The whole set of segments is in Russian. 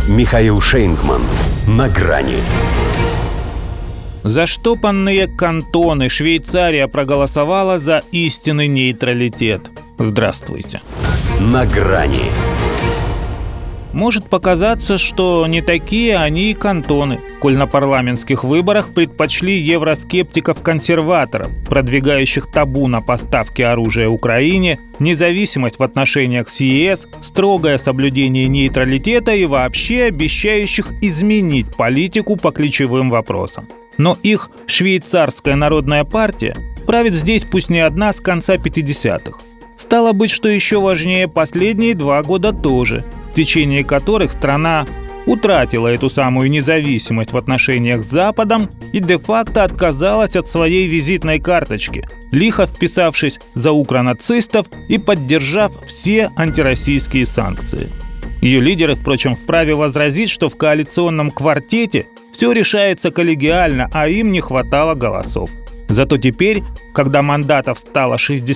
Михаил Шейнгман. На грани. Заштопанные кантоны. Швейцария проголосовала за истинный нейтралитет. Здравствуйте. На грани. Может показаться, что не такие они и кантоны, коль на парламентских выборах предпочли евроскептиков-консерваторов, продвигающих табу на поставки оружия Украине, независимость в отношениях с ЕС, строгое соблюдение нейтралитета и вообще обещающих изменить политику по ключевым вопросам. Но их швейцарская народная партия правит здесь пусть не одна с конца 50-х. Стало быть, что еще важнее, последние 2 года тоже, в течение которых страна утратила эту самую независимость в отношениях с Западом и де-факто отказалась от своей визитной карточки, лихо вписавшись за укронацистов и поддержав все антироссийские санкции. Ее лидеры, впрочем, вправе возразить, что в коалиционном квартете все решается коллегиально, а им не хватало голосов. Зато теперь, когда мандатов стало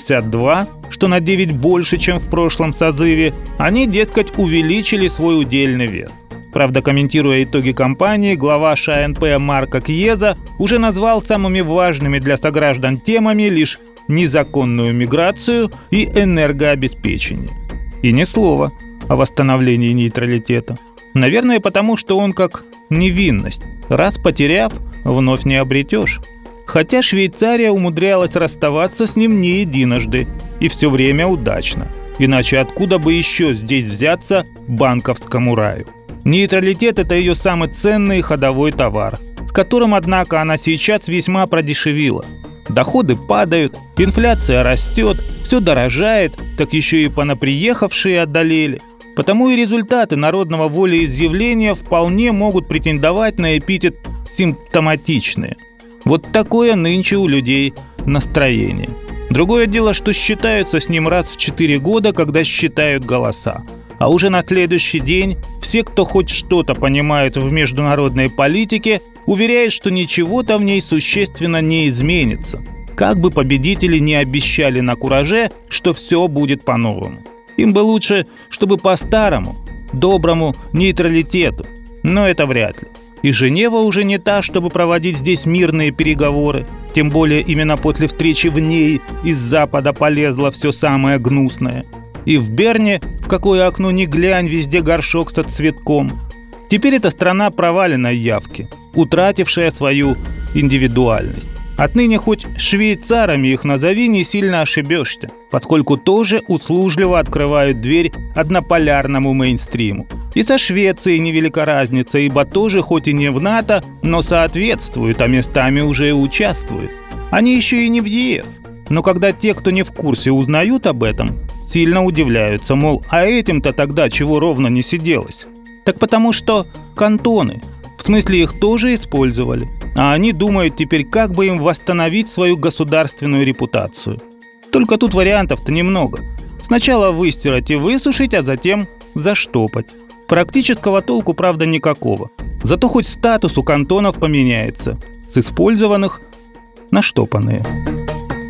62, что на 9 больше, чем в прошлом созыве, они, дескать, увеличили свой удельный вес. Правда, комментируя итоги кампании, глава ШНП Марко Кьеза уже назвал самыми важными для сограждан темами лишь незаконную миграцию и энергообеспечение. И ни слова о восстановлении нейтралитета. Наверное, потому что он как невинность. Раз потеряв, вновь не обретешь. Хотя Швейцария умудрялась расставаться с ним не единожды, и все время удачно. Иначе откуда бы еще здесь взяться банковскому раю? Нейтралитет – это ее самый ценный ходовой товар, с которым, однако, она сейчас весьма продешевила. Доходы падают, инфляция растет, все дорожает, так еще и понаприехавшие одолели. Потому и результаты народного волеизъявления вполне могут претендовать на эпитет «симптоматичные». Вот такое нынче у людей настроение. Другое дело, что считаются с ним раз в 4 года, когда считают голоса. А уже на следующий день все, кто хоть что-то понимает в международной политике, уверяют, что ничего-то в ней существенно не изменится. Как бы победители не обещали на кураже, что все будет по-новому. Им бы лучше, чтобы по-старому, доброму нейтралитету. Но это вряд ли. И Женева уже не та, чтобы проводить здесь мирные переговоры. Тем более именно после встречи в ней из Запада полезло все самое гнусное. И в Берне, в какое окно ни глянь, везде горшок со цветком. Теперь эта страна проваленной явки, утратившая свою индивидуальность. Отныне хоть швейцарами их назови, не сильно ошибешься, поскольку тоже услужливо открывают дверь однополярному мейнстриму. И со Швецией невелика разница, ибо тоже хоть и не в НАТО, но соответствуют, а местами уже и участвуют. Они еще и не в ЕС. Но когда те, кто не в курсе, узнают об этом, сильно удивляются, мол, а этим-то тогда чего ровно не сиделось? Так потому что кантоны, в смысле их тоже использовали. А они думают теперь, как бы им восстановить свою государственную репутацию. Только тут вариантов-то немного. Сначала выстирать и высушить, а затем заштопать. Практического толку, правда, никакого. Зато хоть статус у кантонов поменяется. С использованных на штопанные.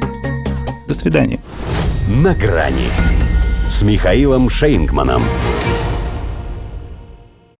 До свидания. На грани с Михаилом Шейнгманом.